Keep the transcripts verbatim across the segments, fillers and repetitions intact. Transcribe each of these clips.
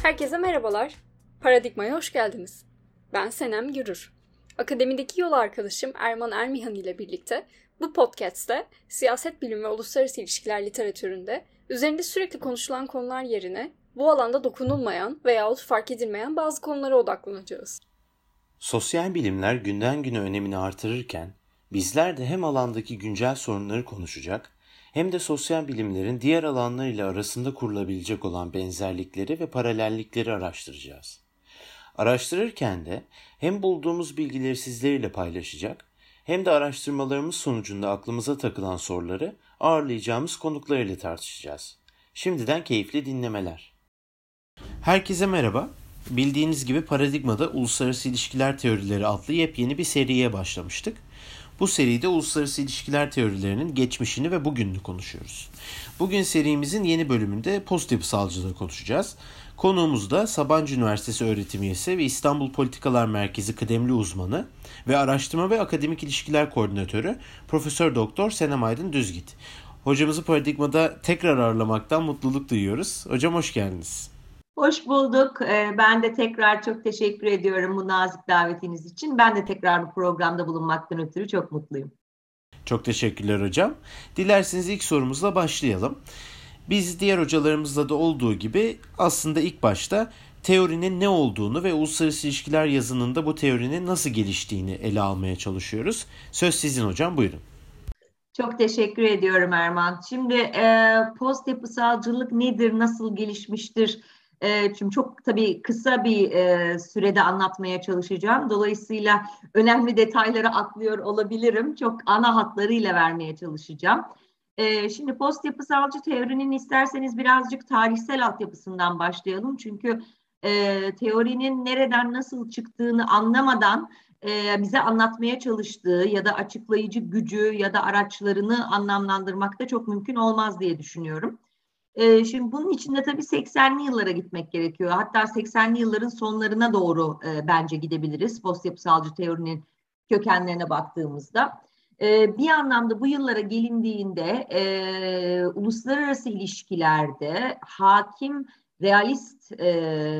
Herkese merhabalar. Paradigma'ya hoş geldiniz. Ben Senem Gürür. Akademideki yol arkadaşım Erman Ermihan ile birlikte bu podcast'te siyaset bilimi ve uluslararası ilişkiler literatüründe üzerinde sürekli konuşulan konular yerine bu alanda dokunulmayan veyahut fark edilmeyen bazı konulara odaklanacağız. Sosyal bilimler günden güne önemini artırırken bizler de hem alandaki güncel sorunları konuşacak hem de sosyal bilimlerin diğer alanlarıyla arasında kurulabilecek olan benzerlikleri ve paralellikleri araştıracağız. Araştırırken de hem bulduğumuz bilgileri sizlerle paylaşacak hem de araştırmalarımız sonucunda aklımıza takılan soruları ağırlayacağımız konuklar ile tartışacağız. Şimdiden keyifli dinlemeler. Herkese merhaba. Bildiğiniz gibi Paradigma'da Uluslararası İlişkiler Teorileri adlı yepyeni bir seriye başlamıştık. Bu seride uluslararası ilişkiler teorilerinin geçmişini ve bugününü konuşuyoruz. Bugün serimizin yeni bölümünde pozitif yapısalcılığı konuşacağız. Konuğumuz da Sabancı Üniversitesi öğretim üyesi ve İstanbul Politikalar Merkezi kıdemli uzmanı ve araştırma ve akademik ilişkiler koordinatörü Profesör Doktor Senem Aydın Düzgit. Hocamızı Paradigma'da tekrar ağırlamaktan mutluluk duyuyoruz. Hocam hoş geldiniz. Hoş bulduk. Ben de tekrar çok teşekkür ediyorum bu nazik davetiniz için. Ben de tekrar bu programda bulunmaktan ötürü çok mutluyum. Çok teşekkürler hocam. Dilerseniz ilk sorumuzla başlayalım. Biz diğer hocalarımızla da olduğu gibi aslında ilk başta teorinin ne olduğunu ve uluslararası ilişkiler yazınında bu teorinin nasıl geliştiğini ele almaya çalışıyoruz. Söz sizin hocam, buyurun. Çok teşekkür ediyorum Erman. Şimdi e, post yapısalcılık nedir, nasıl gelişmiştir? E, şimdi çok tabii kısa bir e, sürede anlatmaya çalışacağım. Dolayısıyla önemli detayları atlıyor olabilirim. Çok ana hatlarıyla vermeye çalışacağım. E, şimdi post yapısalcı teorinin isterseniz birazcık tarihsel altyapısından başlayalım. Çünkü e, teorinin nereden nasıl çıktığını anlamadan e, bize anlatmaya çalıştığı ya da açıklayıcı gücü ya da araçlarını anlamlandırmak da çok mümkün olmaz diye düşünüyorum. Şimdi bunun için de tabii seksenli yıllara gitmek gerekiyor. Hatta seksenli yılların sonlarına doğru e, bence gidebiliriz post yapısalcı teorinin kökenlerine baktığımızda. E, bir anlamda bu yıllara gelindiğinde e, uluslararası ilişkilerde hakim realist e,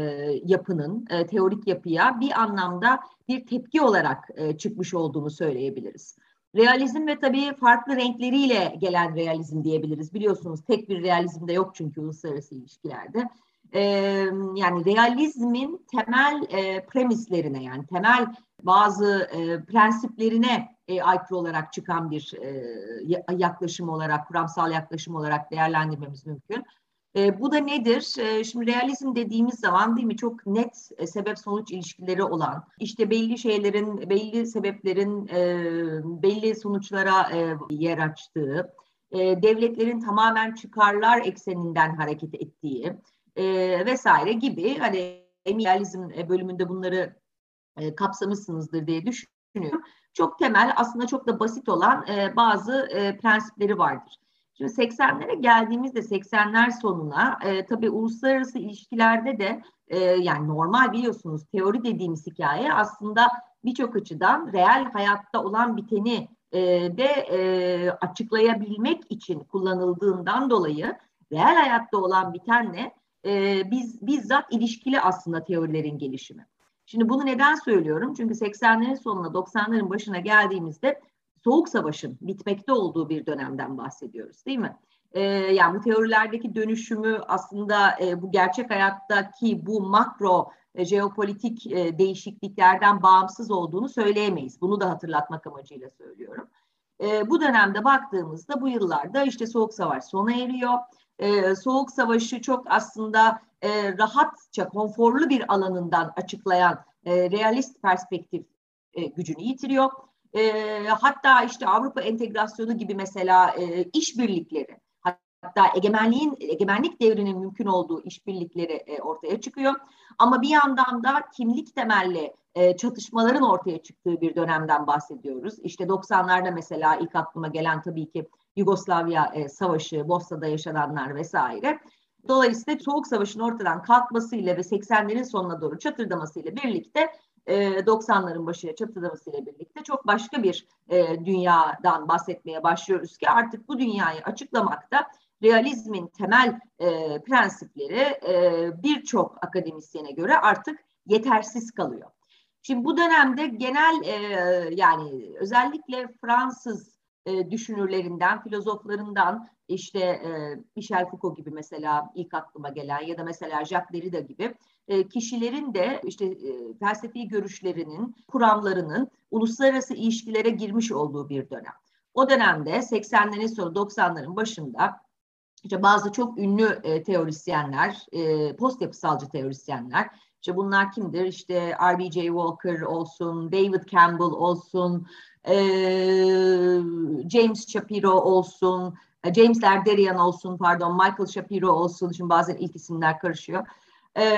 yapının, e, teorik yapıya bir anlamda bir tepki olarak e, çıkmış olduğunu söyleyebiliriz. Realizm ve tabii farklı renkleriyle gelen realizm diyebiliriz. Biliyorsunuz tek bir realizm de yok çünkü uluslararası ilişkilerde. Ee, yani realizmin temel e, premislerine yani temel bazı e, prensiplerine e, aykırı olarak çıkan bir e, yaklaşım olarak, kuramsal yaklaşım olarak değerlendirmemiz mümkün. E, bu da nedir? E, şimdi realizm dediğimiz zaman değil mi çok net e, sebep-sonuç ilişkileri olan, işte belli şeylerin, belli sebeplerin e, belli sonuçlara e, yer açtığı, e, devletlerin tamamen çıkarlar ekseninden hareket ettiği e, vesaire gibi hani realizm bölümünde bunları e, kapsamışsınızdır diye düşünüyorum. Çok temel aslında çok da basit olan e, bazı e, prensipleri vardır. Şimdi seksenlere geldiğimizde seksenler sonuna e, tabii uluslararası ilişkilerde de e, yani normal biliyorsunuz teori dediğimiz hikaye aslında birçok açıdan reel hayatta olan biteni e, de e, açıklayabilmek için kullanıldığından dolayı reel hayatta olan bitenle e, biz bizzat ilişkili aslında teorilerin gelişimi. Şimdi bunu neden söylüyorum? Çünkü seksenlerin sonuna doksanların başına geldiğimizde Soğuk Savaş'ın bitmekte olduğu bir dönemden bahsediyoruz değil mi? Ee, yani bu teorilerdeki dönüşümü aslında e, bu gerçek hayattaki bu makro e, jeopolitik e, değişikliklerden bağımsız olduğunu söyleyemeyiz. Bunu da hatırlatmak amacıyla söylüyorum. E, bu dönemde baktığımızda bu yıllarda işte Soğuk Savaş sona eriyor. E, Soğuk Savaş'ı çok aslında e, rahatça, konforlu bir alanından açıklayan e, realist perspektif e, gücünü yitiriyor. E, hatta işte Avrupa entegrasyonu gibi mesela e, işbirlikleri, hatta egemenliğin egemenlik devrinin mümkün olduğu işbirlikleri e, ortaya çıkıyor. Ama bir yandan da kimlik temelli e, çatışmaların ortaya çıktığı bir dönemden bahsediyoruz. İşte doksanlarda mesela ilk aklıma gelen tabii ki Yugoslavya e, Savaşı, Bosna'da yaşananlar vesaire. Dolayısıyla Soğuk Savaş'ın ortadan kalkmasıyla ve seksenlerin sonuna doğru çatırdamasıyla birlikte doksanların başına çatırdamasıyla birlikte çok başka bir e, dünyadan bahsetmeye başlıyoruz ki artık bu dünyayı açıklamakta realizmin temel e, prensipleri e, birçok akademisyene göre artık yetersiz kalıyor. Şimdi bu dönemde genel e, yani özellikle Fransız e, düşünürlerinden, filozoflarından işte e, Michel Foucault gibi mesela ilk aklıma gelen ya da mesela Jacques Derrida gibi e, kişilerin de işte e, felsefi görüşlerinin, kuramlarının uluslararası ilişkilere girmiş olduğu bir dönem. O dönemde seksenlerin sonu doksanların başında işte bazı çok ünlü e, teorisyenler, e, post yapısalcı teorisyenler, işte bunlar kimdir? İşte R B J Walker olsun, David Campbell olsun, e, James Shapiro olsun, James Erderian olsun, pardon, Michael Shapiro olsun. Şimdi bazen ilk isimler karışıyor. Ee,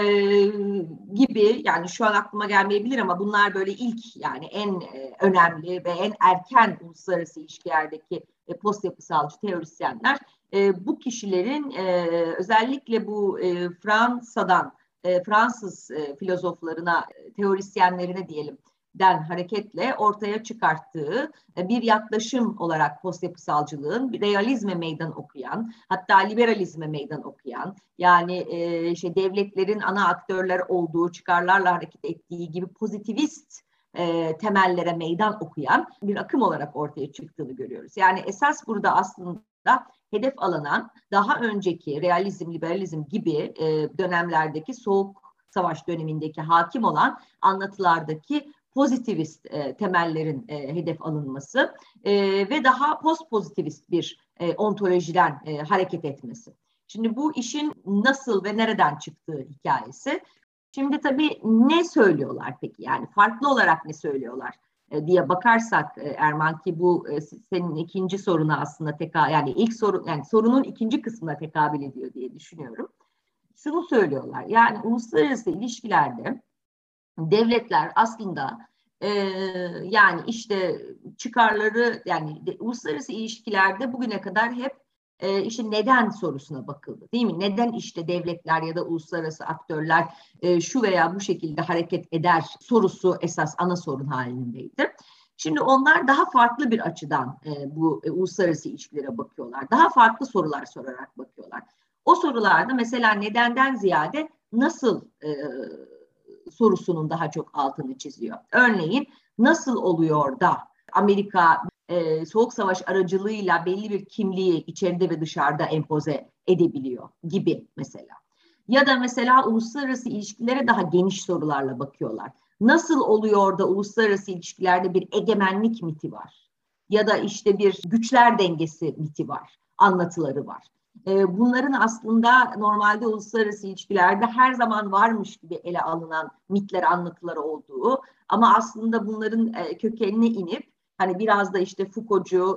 gibi, yani şu an aklıma gelmeyebilir ama bunlar böyle ilk, yani en e, önemli ve en erken uluslararası ilişkilerdeki e, post yapısalcı teorisyenler. E, bu kişilerin e, özellikle bu e, Fransa'dan e, Fransız e, filozoflarına, teorisyenlerine diyelim den hareketle ortaya çıkarttığı e, bir yaklaşım olarak post yapısalcılığın bir realizme meydan okuyan, hatta liberalizme meydan okuyan, yani e, işte devletlerin ana aktörler olduğu, çıkarlarla hareket ettiği gibi pozitivist e, temellere meydan okuyan bir akım olarak ortaya çıktığını görüyoruz. Yani esas burada aslında hedef alınan daha önceki realizm, liberalizm gibi e, dönemlerdeki soğuk savaş dönemindeki hakim olan anlatılardaki pozitivist e, temellerin e, hedef alınması e, ve daha post pozitivist bir e, ontolojiden e, hareket etmesi. Şimdi bu işin nasıl ve nereden çıktığı hikayesi. Şimdi tabii ne söylüyorlar peki? Yani farklı olarak ne söylüyorlar e, diye bakarsak e, Erman, ki bu e, senin ikinci soruna aslında teka yani ilk soru yani sorunun ikinci kısmına tekabül ediyor diye düşünüyorum. Şunu söylüyorlar. Yani uluslararası ilişkilerde devletler aslında e, yani işte çıkarları, yani de, uluslararası ilişkilerde bugüne kadar hep e, işte neden sorusuna bakıldı, değil mi? Neden işte devletler ya da uluslararası aktörler e, şu veya bu şekilde hareket eder sorusu esas ana sorun halindeydi. Şimdi onlar daha farklı bir açıdan e, bu e, uluslararası ilişkilere bakıyorlar. Daha farklı sorular sorarak bakıyorlar. O sorularda mesela nedenden ziyade nasıl e, sorusunun daha çok altını çiziyor. Örneğin nasıl oluyor da Amerika e, Soğuk Savaş aracılığıyla belli bir kimliği içeride ve dışarıda empoze edebiliyor gibi mesela. Ya da mesela uluslararası ilişkilere daha geniş sorularla bakıyorlar. Nasıl oluyor da uluslararası ilişkilerde bir egemenlik miti var? Ya da işte bir güçler dengesi miti var, anlatıları var. Bunların aslında normalde uluslararası ilişkilerde her zaman varmış gibi ele alınan mitler, anlatıları olduğu, ama aslında bunların kökenine inip hani biraz da işte Foucault'cu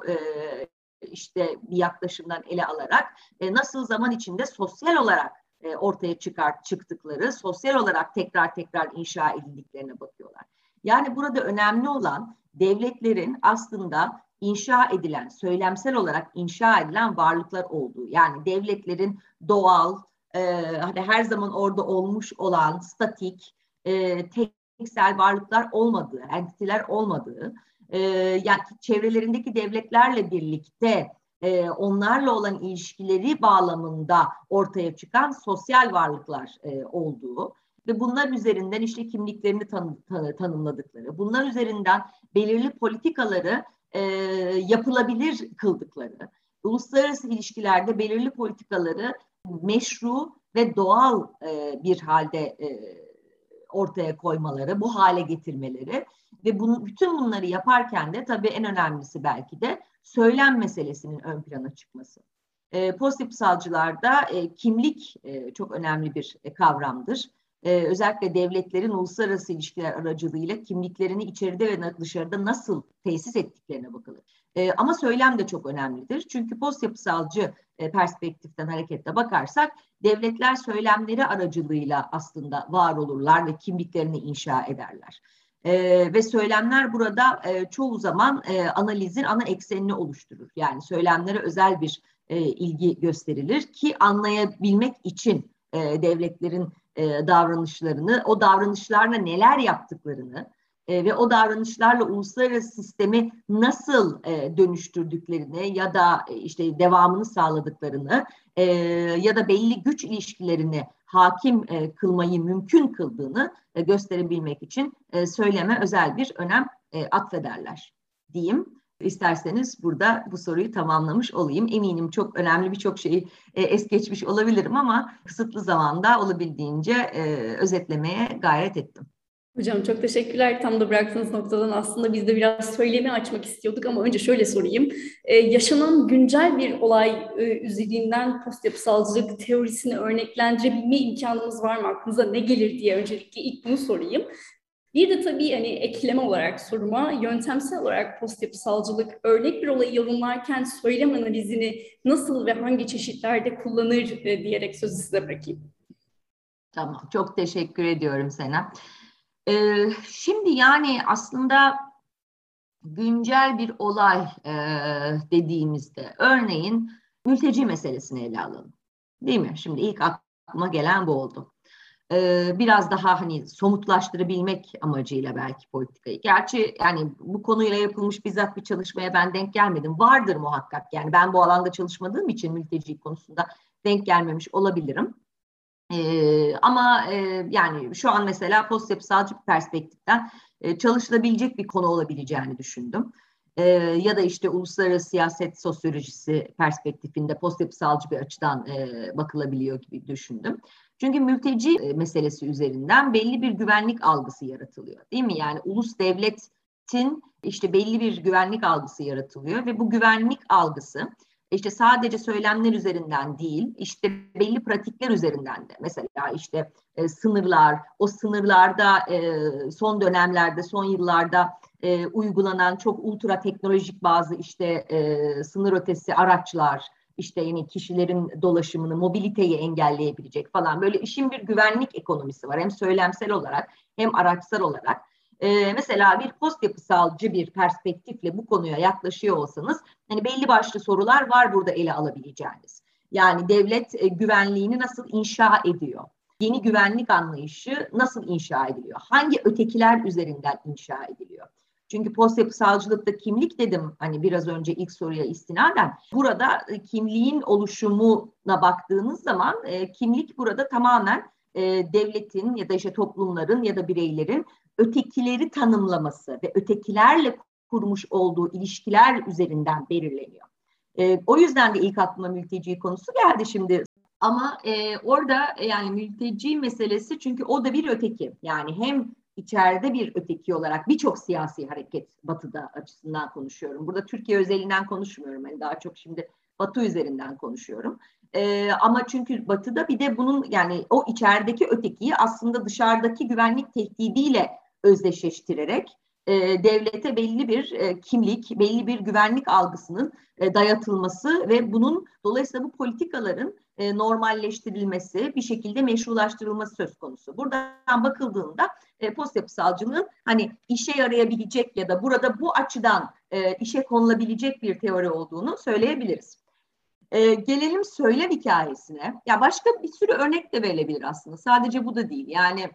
işte bir yaklaşımdan ele alarak nasıl zaman içinde sosyal olarak ortaya çıkar çıktıkları, sosyal olarak tekrar tekrar inşa edildiklerine bakıyorlar. Yani burada önemli olan devletlerin aslında inşa edilen, söylemsel olarak inşa edilen varlıklar olduğu. Yani devletlerin doğal, e, hani her zaman orada olmuş olan statik, e, teksel varlıklar olmadığı, entiteler olmadığı, e, yani çevrelerindeki devletlerle birlikte e, onlarla olan ilişkileri bağlamında ortaya çıkan sosyal varlıklar e, olduğu ve bunlar üzerinden işte kimliklerini tan- tan- tanımladıkları, bunlar üzerinden belirli politikaları E, yapılabilir kıldıkları, uluslararası ilişkilerde belirli politikaları meşru ve doğal e, bir halde e, ortaya koymaları, bu hale getirmeleri ve bunu, bütün bunları yaparken de tabii en önemlisi belki de söylem meselesinin ön plana çıkması. E, post yapısalcılarda e, kimlik e, çok önemli bir e, kavramdır. Ee, özellikle devletlerin uluslararası ilişkiler aracılığıyla kimliklerini içeride ve dışarıda nasıl tesis ettiklerine bakılır. Ee, ama söylem de çok önemlidir. Çünkü post yapısalcı e, perspektiften hareketle bakarsak devletler söylemleri aracılığıyla aslında var olurlar ve kimliklerini inşa ederler. Ee, ve söylemler burada e, çoğu zaman e, analizin ana eksenini oluşturur. Yani söylemlere özel bir e, ilgi gösterilir ki anlayabilmek için e, devletlerin e, davranışlarını, o davranışlarla neler yaptıklarını e, ve o davranışlarla uluslararası sistemi nasıl e, dönüştürdüklerini ya da e, işte devamını sağladıklarını e, ya da belli güç ilişkilerini hakim e, kılmayı mümkün kıldığını e, gösterebilmek için e, söyleme özel bir önem e, atfederler diyeyim. İsterseniz burada bu soruyu tamamlamış olayım. Eminim çok önemli birçok şeyi e, es geçmiş olabilirim ama kısıtlı zamanda olabildiğince e, özetlemeye gayret ettim. Hocam çok teşekkürler. Tam da bıraktığınız noktadan aslında biz de biraz söylemi açmak istiyorduk ama önce şöyle sorayım. Ee, yaşanan güncel bir olay e, üzerinden post yapısalcılık teorisini örneklendirebilme imkanımız var mı? Aklınıza ne gelir diye öncelikle ilk bunu sorayım. Bir de tabii hani ekleme olarak soruma, yöntemsel olarak post yapısalcılık örnek bir olayı yorumlarken söylem analizini nasıl ve hangi çeşitlerde kullanır e, diyerek sözü size bırakayım. Tamam, çok teşekkür ediyorum Sena. Ee, şimdi yani aslında güncel bir olay e, dediğimizde örneğin mülteci meselesini ele alalım. Değil mi? Şimdi ilk aklıma gelen bu oldu. Ee, biraz daha hani somutlaştırabilmek amacıyla belki politikayı. Gerçi yani bu konuyla yapılmış bizzat bir çalışmaya ben denk gelmedim. Vardır muhakkak. Yani ben bu alanda çalışmadığım için mülteci konusunda denk gelmemiş olabilirim. Ee, ama e, yani şu an mesela post yapısalcı bir perspektiften e, çalışılabilecek bir konu olabileceğini düşündüm. E, ya da işte uluslararası siyaset sosyolojisi perspektifinde post yapısalcı bir açıdan e, bakılabiliyor gibi düşündüm. Çünkü mülteci e, meselesi üzerinden belli bir güvenlik algısı yaratılıyor, değil mi? Yani ulus devletin işte belli bir güvenlik algısı yaratılıyor ve bu güvenlik algısı İşte sadece söylemler üzerinden değil, işte belli pratikler üzerinden de. Mesela işte e, sınırlar, o sınırlarda e, son dönemlerde, son yıllarda e, uygulanan çok ultra teknolojik bazı işte e, sınır ötesi araçlar, işte yani kişilerin dolaşımını, mobiliteyi engelleyebilecek falan böyle işin bir güvenlik ekonomisi var. Hem söylemsel olarak hem araçsal olarak. Ee, mesela bir post yapısalcı bir perspektifle bu konuya yaklaşıyor olsanız hani belli başlı sorular var burada ele alabileceğiniz. Yani devlet e, güvenliğini nasıl inşa ediyor? Yeni güvenlik anlayışı nasıl inşa ediliyor? Hangi ötekiler üzerinden inşa ediliyor? Çünkü post yapısalcılıkta kimlik dedim hani biraz önce ilk soruya istinaden. Burada e, kimliğin oluşumuna baktığınız zaman e, kimlik burada tamamen e, devletin ya da işte toplumların ya da bireylerin ötekileri tanımlaması ve ötekilerle kurmuş olduğu ilişkiler üzerinden belirleniyor. E, o yüzden de ilk aklıma mülteci konusu geldi şimdi. Ama e, orada yani mülteci meselesi çünkü o da bir öteki. Yani hem içeride bir öteki olarak birçok siyasi hareket Batı'da açısından konuşuyorum. Burada Türkiye özelinden konuşmuyorum. Yani daha çok şimdi Batı üzerinden konuşuyorum. Ee, ama çünkü Batı'da bir de bunun yani o içerideki ötekiyi aslında dışarıdaki güvenlik tehdidiyle özdeşleştirerek e, devlete belli bir e, kimlik, belli bir güvenlik algısının e, dayatılması ve bunun dolayısıyla bu politikaların e, normalleştirilmesi, bir şekilde meşrulaştırılması söz konusu. Buradan bakıldığında e, post yapısalcılığın hani işe yarayabilecek ya da burada bu açıdan e, işe konulabilecek bir teori olduğunu söyleyebiliriz. E, gelelim söylem hikayesine. Ya başka bir sürü örnek de verilebilir aslında. Sadece bu da değil. Yani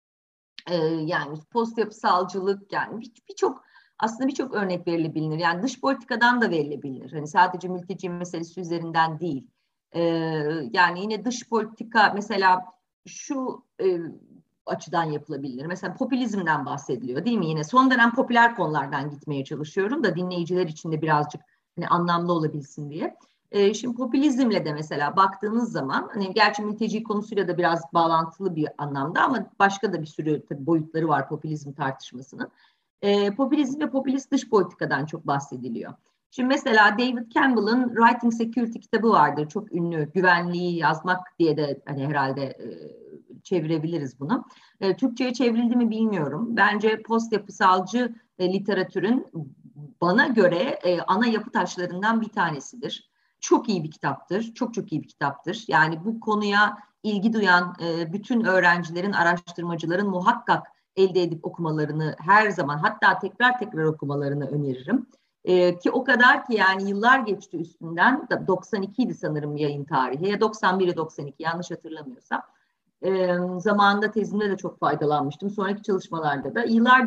e, yani post yapısalcılık yani birçok bir aslında birçok örnek verilebilir. Yani dış politikadan da verilebilir. Hani sadece mülteci meselesi üzerinden değil. E, yani yine dış politika mesela şu e, açıdan yapılabilir. Mesela popülizmden bahsediliyor değil mi? Yine son dönem popüler konulardan gitmeye çalışıyorum da dinleyiciler için de birazcık hani anlamlı olabilsin diye. E, şimdi popülizmle de mesela baktığınız zaman hani gerçi mülteci konusuyla da biraz bağlantılı bir anlamda ama başka da bir sürü tabii boyutları var popülizm tartışmasının. E, popülizm ve popülist dış politikadan çok bahsediliyor. Şimdi mesela David Campbell'ın Writing Security kitabı vardır. Çok ünlü. Güvenliği yazmak diye de hani herhalde e, çevirebiliriz bunu. E, Türkçe'ye çevrildi mi bilmiyorum. Bence post yapısalcı e, literatürün bana göre e, ana yapı taşlarından bir tanesidir. Çok iyi bir kitaptır. Çok çok iyi bir kitaptır. Yani bu konuya ilgi duyan e, bütün öğrencilerin, araştırmacıların muhakkak elde edip okumalarını her zaman hatta tekrar tekrar okumalarını öneririm. Ee, ki o kadar ki yani yıllar geçti üstünden doksan iki idi sanırım yayın tarihi ya doksan bir doksan iki yanlış hatırlamıyorsam. Ee, zamanında tezimde de çok faydalanmıştım. Sonraki çalışmalarda da yıllardır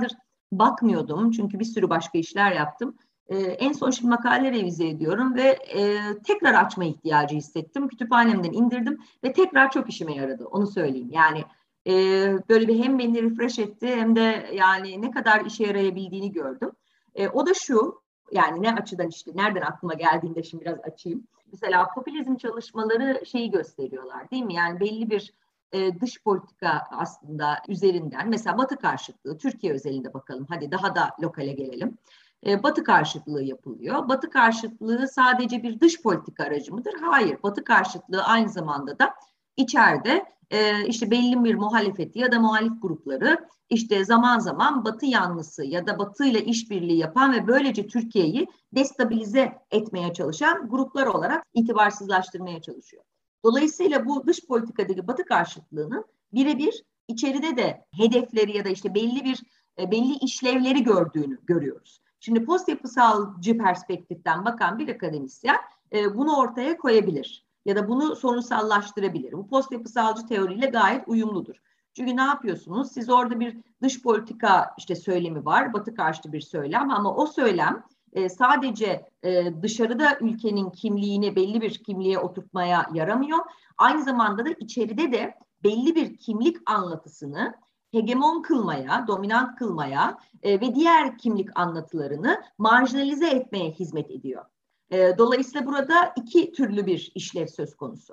bakmıyordum çünkü bir sürü başka işler yaptım. Ee, en son şimdi makale revize ediyorum ve e, tekrar açma ihtiyacı hissettim. Kütüphanemden indirdim ve tekrar çok işime yaradı. Onu söyleyeyim. Yani e, böyle bir hem beni refresh etti hem de yani ne kadar işe yarayabildiğini gördüm. E, o da şu, yani ne açıdan işte nereden aklıma geldiğinde şimdi biraz açayım. Mesela popülizm çalışmaları şeyi gösteriyorlar değil mi? Yani belli bir e, dış politika aslında üzerinden mesela Batı karşıtlığı, Türkiye özelinde bakalım. Hadi daha da lokale gelelim. E, Batı karşıtlığı yapılıyor. Batı karşıtlığı sadece bir dış politika aracı mıdır? Hayır. Batı karşıtlığı aynı zamanda da içeride e, işte belli bir muhalefeti ya da muhalif grupları işte zaman zaman Batı yanlısı ya da Batı ile işbirliği yapan ve böylece Türkiye'yi destabilize etmeye çalışan gruplar olarak itibarsızlaştırmaya çalışıyor. Dolayısıyla bu dış politikadaki Batı karşıtlığının birebir içeride de hedefleri ya da işte belli bir belli işlevleri gördüğünü görüyoruz. Şimdi post yapısalcı perspektiften bakan bir akademisyen e, bunu ortaya koyabilir ya da bunu sorunsallaştırabilir. Bu post yapısalcı teoriyle gayet uyumludur. Çünkü ne yapıyorsunuz? Siz orada bir dış politika işte söylemi var, Batı karşıtı bir söylem ama o söylem e, sadece e, dışarıda ülkenin kimliğini belli bir kimliğe oturtmaya yaramıyor. Aynı zamanda da içeride de belli bir kimlik anlatısını hegemon kılmaya, dominant kılmaya e, ve diğer kimlik anlatılarını marjinalize etmeye hizmet ediyor. E, dolayısıyla burada iki türlü bir işlev söz konusu.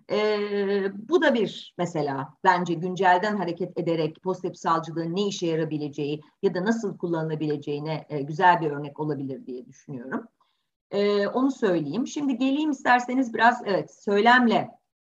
E, bu da bir mesela bence güncelden hareket ederek post yapısalcılığın ne işe yarabileceği ya da nasıl kullanılabileceğine e, güzel bir örnek olabilir diye düşünüyorum. E, onu söyleyeyim. Şimdi geleyim isterseniz biraz evet söylemle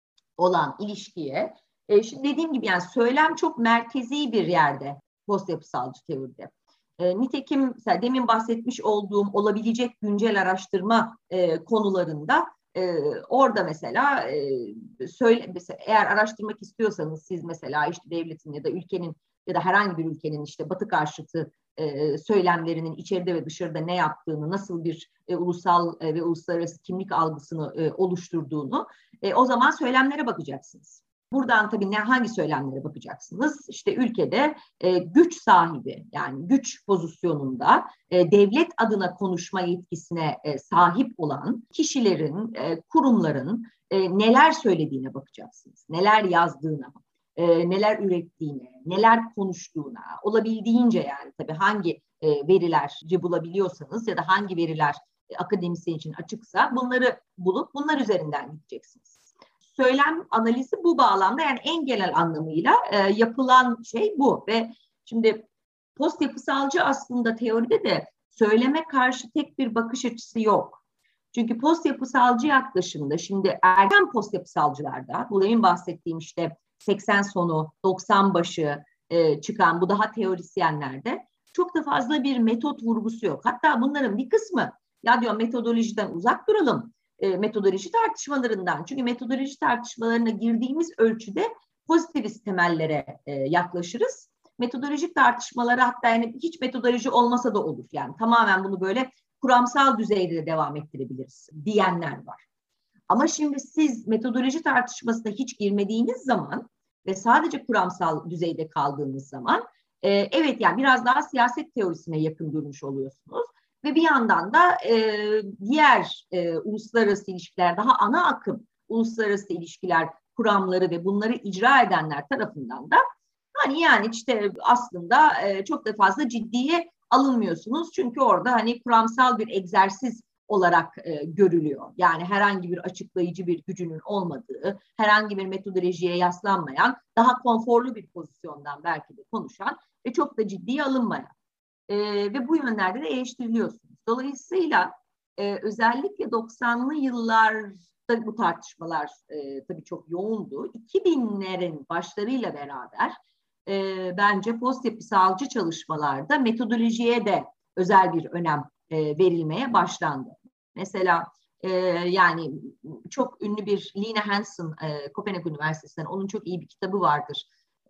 olan ilişkiye. E, şimdi dediğim gibi yani söylem çok merkezi bir yerde post yapısalcı teoride. E, nitekim mesela demin bahsetmiş olduğum olabilecek güncel araştırma e, konularında e, orada mesela, e, söyle, mesela eğer araştırmak istiyorsanız siz mesela işte devletin ya da ülkenin ya da herhangi bir ülkenin işte Batı karşıtı e, söylemlerinin içeride ve dışarıda ne yaptığını, nasıl bir e, ulusal e, ve uluslararası kimlik algısını e, oluşturduğunu e, o zaman söylemlere bakacaksınız. Buradan tabii ne hangi söylemlere bakacaksınız? İşte ülkede e, güç sahibi yani güç pozisyonunda e, devlet adına konuşma yetkisine e, sahip olan kişilerin, e, kurumların e, neler söylediğine bakacaksınız. Neler yazdığına, e, neler ürettiğine, neler konuştuğuna, olabildiğince yani tabii hangi e, verilerci bulabiliyorsanız ya da hangi veriler e, akademisyen için açıksa bunları bulup bunlar üzerinden gideceksiniz. Söylem analizi bu bağlamda yani en genel anlamıyla e, yapılan şey bu ve şimdi post yapısalcı aslında teoride de söyleme karşı tek bir bakış açısı yok. Çünkü post yapısalcı yaklaşımda şimdi erken post yapısalcılarda bu demin bahsettiğim işte seksen sonu doksan başı e, çıkan bu daha teorisyenlerde çok da fazla bir metot vurgusu yok. Hatta bunların bir kısmı ya diyor metodolojiden uzak duralım. E, metodoloji tartışmalarından. Çünkü metodoloji tartışmalarına girdiğimiz ölçüde pozitivist temellere e, yaklaşırız. Metodolojik tartışmalara hatta yani hiç metodoloji olmasa da olur. Yani tamamen bunu böyle kuramsal düzeyde de devam ettirebiliriz diyenler var. Ama şimdi siz metodoloji tartışmasına hiç girmediğiniz zaman ve sadece kuramsal düzeyde kaldığınız zaman e, evet yani biraz daha siyaset teorisine yakın durmuş oluyorsunuz. Ve bir yandan da e, diğer e, uluslararası ilişkiler, daha ana akım uluslararası ilişkiler kuramları ve bunları icra edenler tarafından da hani yani işte aslında e, çok da fazla ciddiye alınmıyorsunuz. Çünkü orada hani kuramsal bir egzersiz olarak e, görülüyor. Yani herhangi bir açıklayıcı bir gücünün olmadığı, herhangi bir metodolojiye yaslanmayan, daha konforlu bir pozisyondan belki de konuşan ve çok da ciddiye alınmayan. Ee, ve bu yönlerde de eleştiriliyorsunuz. Dolayısıyla e, özellikle doksanlı yıllarda bu tartışmalar e, tabii çok yoğundu. iki binlerin başlarıyla beraber e, bence post yapısalcı çalışmalarda metodolojiye de özel bir önem e, verilmeye başlandı. Mesela e, yani çok ünlü bir Lina Hansen, e, Kopenhag Üniversitesi'nden onun çok iyi bir kitabı vardır.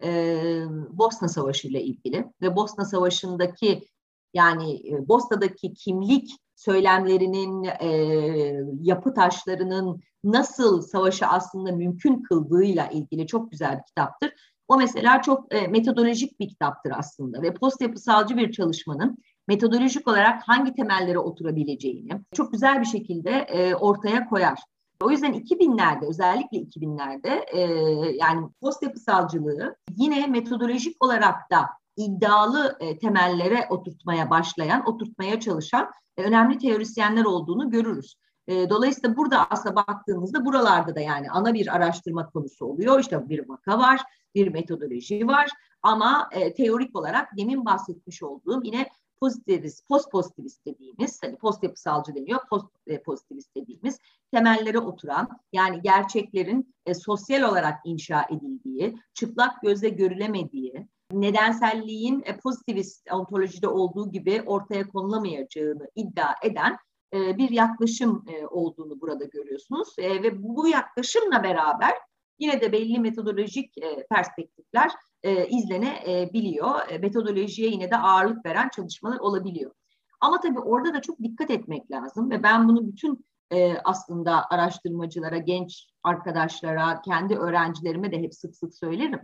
Ee, Bosna Savaşı ile ilgili ve Bosna Savaşı'ndaki yani e, Bosna'daki kimlik söylemlerinin, e, yapı taşlarının nasıl savaşı aslında mümkün kıldığıyla ilgili çok güzel bir kitaptır. O mesela çok e, metodolojik bir kitaptır aslında ve post yapısalcı bir çalışmanın metodolojik olarak hangi temellere oturabileceğini çok güzel bir şekilde e, ortaya koyar. O yüzden iki binlerde, özellikle iki binlerde e, yani post yapısalcılığı yine metodolojik olarak da iddialı e, temellere oturtmaya başlayan, oturtmaya çalışan e, önemli teorisyenler olduğunu görürüz. E, dolayısıyla burada aslında baktığımızda buralarda da yani ana bir araştırma konusu oluyor. İşte bir vaka var, bir metodoloji var ama e, teorik olarak demin bahsetmiş olduğum yine pozitivist, post pozitivist dediğimiz, hani post yapısalcı deniyor, post e, pozitivist dediğimiz temellere oturan, yani gerçeklerin e, sosyal olarak inşa edildiği, çıplak gözle görülemediği, nedenselliğin e, pozitivist ontolojide olduğu gibi ortaya konulamayacağını iddia eden e, bir yaklaşım e, olduğunu burada görüyorsunuz. E, ve bu yaklaşımla beraber yine de belli metodolojik e, perspektifler e, izlenebiliyor. E, metodolojiye yine de ağırlık veren çalışmalar olabiliyor. Ama tabii orada da çok dikkat etmek lazım ve ben bunu bütün e, aslında araştırmacılara, genç arkadaşlara, kendi öğrencilerime de hep sık sık söylerim.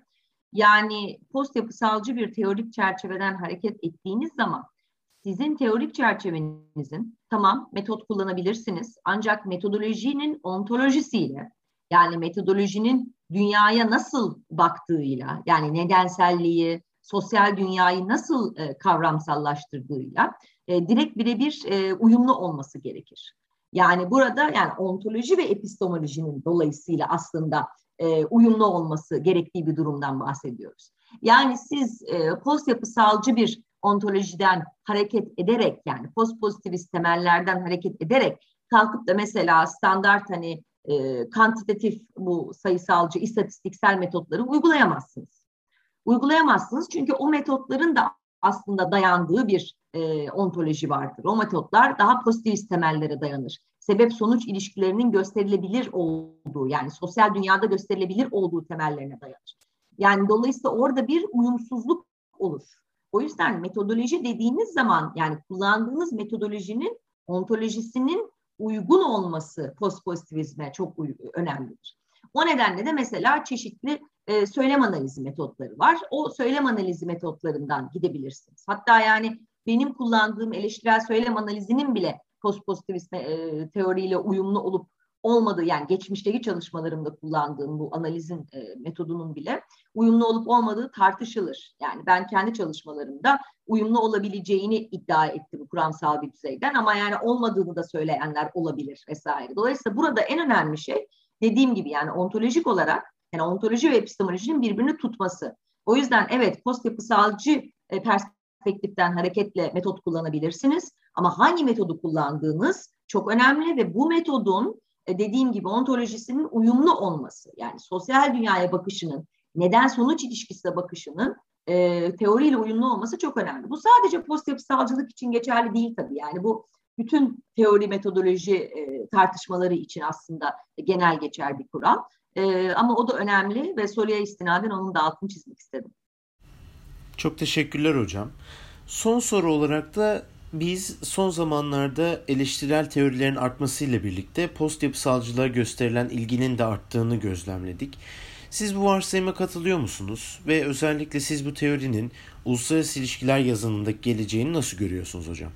Yani post yapısalcı bir teorik çerçeveden hareket ettiğiniz zaman sizin teorik çerçevenizin, tamam metot kullanabilirsiniz ancak metodolojinin ontolojisiyle, yani metodolojinin dünyaya nasıl baktığıyla, yani nedenselliği, sosyal dünyayı nasıl e, kavramsallaştırdığıyla e, direkt birebir e, uyumlu olması gerekir. Yani burada yani ontoloji ve epistemolojinin dolayısıyla aslında e, uyumlu olması gerektiği bir durumdan bahsediyoruz. Yani siz e, post yapısalcı bir ontolojiden hareket ederek, yani post pozitivist temellerden hareket ederek kalkıp da mesela standart hani e, kantitatif bu sayısalcı istatistiksel metotları uygulayamazsınız. Uygulayamazsınız çünkü o metotların da aslında dayandığı bir e, ontoloji vardır. O metotlar daha pozitivist temellere dayanır. Sebep-sonuç ilişkilerinin gösterilebilir olduğu, yani sosyal dünyada gösterilebilir olduğu temellerine dayanır. Yani dolayısıyla orada bir uyumsuzluk olur. O yüzden metodoloji dediğiniz zaman yani kullandığınız metodolojinin ontolojisinin uygun olması postpozitivizme çok önemlidir. O nedenle de mesela çeşitli e, söylem analizi metotları var. O söylem analizi metotlarından gidebilirsiniz. Hatta yani benim kullandığım eleştirel söylem analizinin bile postpozitivist e, teoriyle uyumlu olup olmadığı, yani geçmişteki çalışmalarımda kullandığım bu analizin e, metodunun bile uyumlu olup olmadığı tartışılır. Yani ben kendi çalışmalarımda uyumlu olabileceğini iddia ettim kuramsal bir düzeyden ama yani olmadığını da söyleyenler olabilir vesaire. Dolayısıyla burada en önemli şey dediğim gibi yani ontolojik olarak yani ontoloji ve epistemolojinin birbirini tutması. O yüzden evet post yapısalcı e, perspektiften hareketle metot kullanabilirsiniz ama hangi metodu kullandığınız çok önemli ve bu metodun dediğim gibi ontolojisinin uyumlu olması, yani sosyal dünyaya bakışının, neden sonuç ilişkisine bakışının e, teoriyle uyumlu olması çok önemli. Bu sadece post yapısalcılık için geçerli değil tabii. Yani bu bütün teori metodoloji e, tartışmaları için aslında genel geçer bir kural. E, ama o da önemli ve soruya istinaden onun da altını çizmek istedim. Çok teşekkürler hocam. Son soru olarak da biz son zamanlarda eleştirel teorilerin artmasıyla birlikte post yapısalcılığa gösterilen ilginin de arttığını gözlemledik. Siz bu varsayıma katılıyor musunuz? Ve özellikle siz bu teorinin uluslararası ilişkiler yazınındaki geleceğini nasıl görüyorsunuz hocam?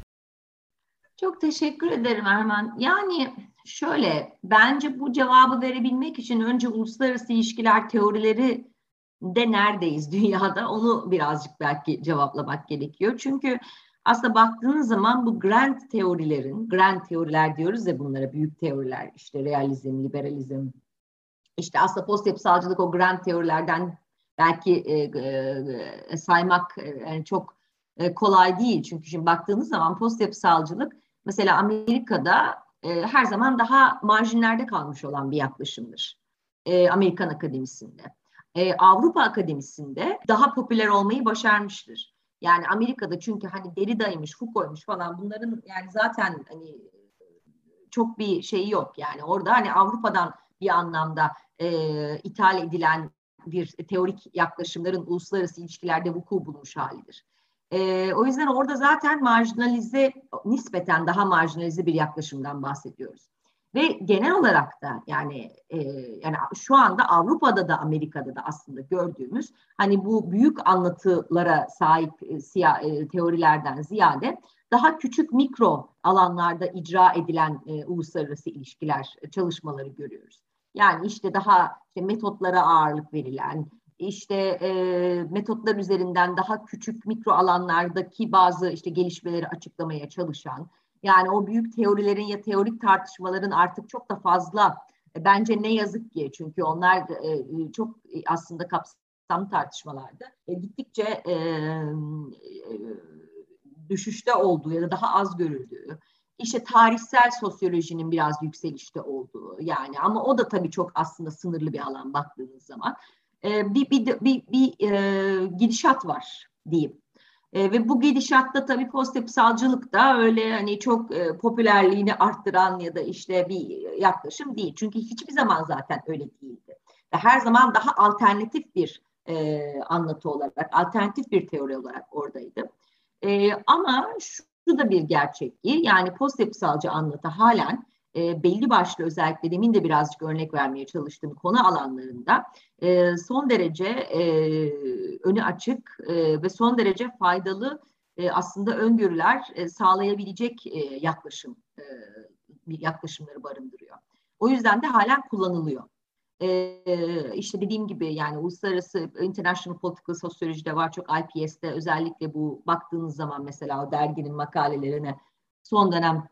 Çok teşekkür ederim Erman. Yani şöyle, bence bu cevabı verebilmek için önce uluslararası ilişkiler teorileri de neredeyiz dünyada onu birazcık belki cevaplamak gerekiyor. Çünkü aslında baktığınız zaman bu grand teorilerin, grand teoriler diyoruz ya bunlara, büyük teoriler, işte realizm, liberalizm, işte aslında post yapısalcılık o grand teorilerden belki e, e, saymak e, yani çok e, kolay değil. Çünkü şimdi baktığınız zaman post yapısalcılık mesela Amerika'da e, her zaman daha marjinlerde kalmış olan bir yaklaşımdır. E, Amerikan akademisinde. E, Avrupa akademisinde daha popüler olmayı başarmıştır. Yani Amerika'da çünkü hani Derrida'ymış, Foucault'ymuş falan bunların yani zaten hani çok bir şeyi yok. Yani orada hani Avrupa'dan bir anlamda e, ithal edilen bir teorik yaklaşımların uluslararası ilişkilerde vuku bulmuş halidir. E, o yüzden orada zaten marjinalize, nispeten daha marjinalize bir yaklaşımdan bahsediyoruz. Ve genel olarak da yani e, yani şu anda Avrupa'da da Amerika'da da aslında gördüğümüz hani bu büyük anlatılara sahip e, siya, e, teorilerden ziyade daha küçük mikro alanlarda icra edilen e, uluslararası ilişkiler e, çalışmaları görüyoruz. Yani işte daha işte metotlara ağırlık verilen, işte e, metotlar üzerinden daha küçük mikro alanlardaki bazı işte gelişmeleri açıklamaya çalışan, yani o büyük teorilerin ya teorik tartışmaların artık çok da fazla e, bence ne yazık ki, çünkü onlar e, çok aslında kapsamlı tartışmalardı. E, gittikçe e, e, düşüşte olduğu ya da daha az görüldüğü, işte tarihsel sosyolojinin biraz yükselişte olduğu, yani ama o da tabii çok aslında sınırlı bir alan baktığınız zaman e, bir bir bir, bir e, gidişat var diyeyim. E, ve bu gidişatta tabii post-yapısalcılık da öyle hani çok e, popülerliğini arttıran ya da işte bir yaklaşım değil. Çünkü hiçbir zaman zaten öyle değildi. Ve her zaman daha alternatif bir e, anlatı olarak, alternatif bir teori olarak oradaydı. E, ama şu da bir gerçek ki, yani post-yapısalcı anlatı halen e, belli başlı, özellikle demin de birazcık örnek vermeye çalıştığım konu alanlarında e, son derece e, önü açık e, ve son derece faydalı e, aslında öngörüler e, sağlayabilecek e, yaklaşım e, yaklaşımları barındırıyor. O yüzden de halen kullanılıyor. Ee, işte dediğim gibi yani uluslararası international political sosyolojide var, çok I P S'te özellikle bu baktığınız zaman mesela o derginin makalelerine son dönem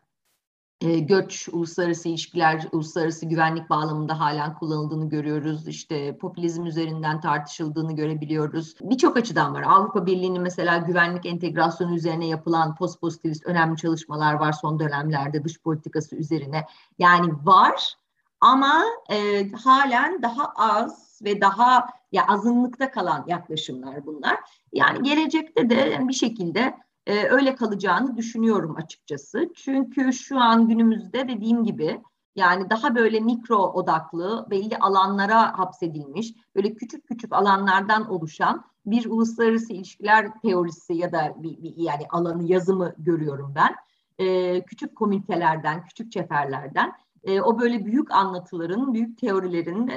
e, göç, uluslararası ilişkiler, uluslararası güvenlik bağlamında halen kullanıldığını görüyoruz. İşte popülizm üzerinden tartışıldığını görebiliyoruz. Birçok açıdan var. Avrupa Birliği'nin mesela güvenlik entegrasyonu üzerine yapılan post-pozitivist önemli çalışmalar var son dönemlerde, dış politikası üzerine. Yani var. Ama e, halen daha az ve daha ya azınlıkta kalan yaklaşımlar bunlar. Yani gelecekte de bir şekilde e, öyle kalacağını düşünüyorum açıkçası. Çünkü şu an günümüzde dediğim gibi yani daha böyle mikro odaklı, belli alanlara hapsedilmiş, böyle küçük küçük alanlardan oluşan bir uluslararası ilişkiler teorisi ya da bir, bir yani alanı, yazımı görüyorum ben. E, küçük komünitelerden, küçük çeperlerden. E, o böyle büyük anlatıların, büyük teorilerin,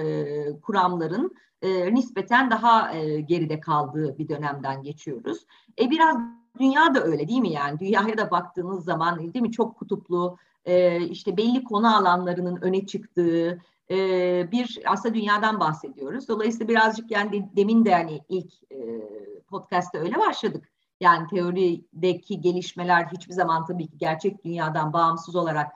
e, kuramların e, nispeten daha e, geride kaldığı bir dönemden geçiyoruz. E, biraz dünya da öyle değil mi yani? Dünyaya da baktığınız zaman değil mi, çok kutuplu, e, işte belli konu alanlarının öne çıktığı e, bir aslında dünyadan bahsediyoruz. Dolayısıyla birazcık yani demin de hani ilk e, podcast'ta öyle başladık. Yani teorideki gelişmeler hiçbir zaman tabii ki gerçek dünyadan bağımsız olarak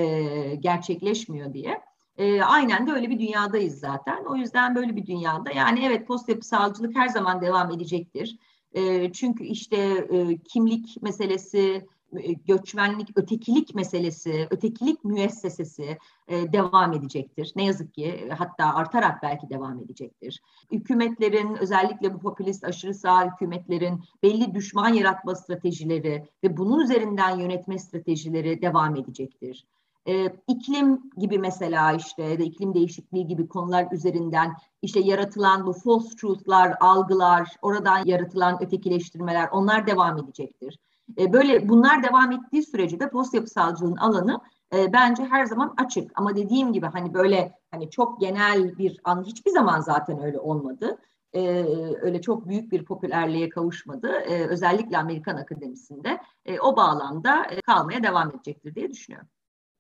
e, gerçekleşmiyor diye. E, aynen de öyle bir dünyadayız zaten. O yüzden böyle bir dünyada yani evet, post yapısalcılık her zaman devam edecektir. E, çünkü işte e, kimlik meselesi, e, göçmenlik, ötekilik meselesi, ötekilik müessesesi e, devam edecektir. Ne yazık ki, hatta artarak belki devam edecektir. Hükümetlerin, özellikle bu popülist aşırı sağ hükümetlerin belli düşman yaratma stratejileri ve bunun üzerinden yönetme stratejileri devam edecektir. Ee, iklim gibi mesela işte ya da iklim değişikliği gibi konular üzerinden işte yaratılan bu false truth'lar, algılar, oradan yaratılan ötekileştirmeler, onlar devam edecektir. Ee, böyle bunlar devam ettiği sürece de post yapısalcılığın alanı e, bence her zaman açık. Ama dediğim gibi hani böyle hani çok genel bir an hiçbir zaman zaten öyle olmadı. Ee, öyle çok büyük bir popülerliğe kavuşmadı. Ee, özellikle Amerikan akademisinde e, o bağlamda e, kalmaya devam edecektir diye düşünüyorum.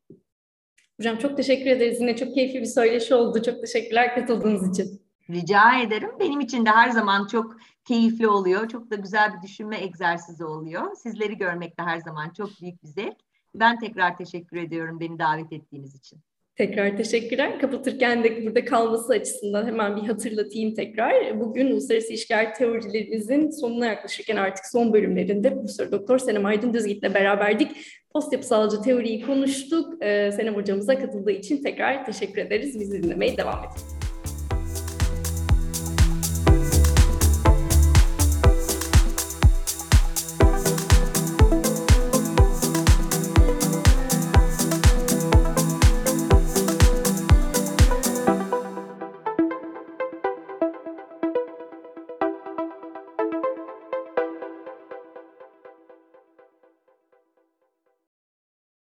Hocam çok teşekkür ederiz. Yine çok keyifli bir söyleşi oldu. Çok teşekkürler katıldığınız için. Rica ederim. Benim için de her zaman çok keyifli oluyor. Çok da güzel bir düşünme egzersizi oluyor. Sizleri görmek de her zaman çok büyük bir zevk. Ben tekrar teşekkür ediyorum beni davet ettiğiniz için. Tekrar teşekkürler. Kapatırken de burada kalması açısından hemen bir hatırlatayım tekrar. Bugün uluslararası ilişkiler teorilerimizin sonuna yaklaşırken artık son bölümlerinde Profesör Doktor Senem Aydın Düzgit'le beraberdik. Post yapısalcı teoriyi konuştuk. Ee, Senem hocamıza katıldığı için tekrar teşekkür ederiz. Bizi dinlemeye devam edin.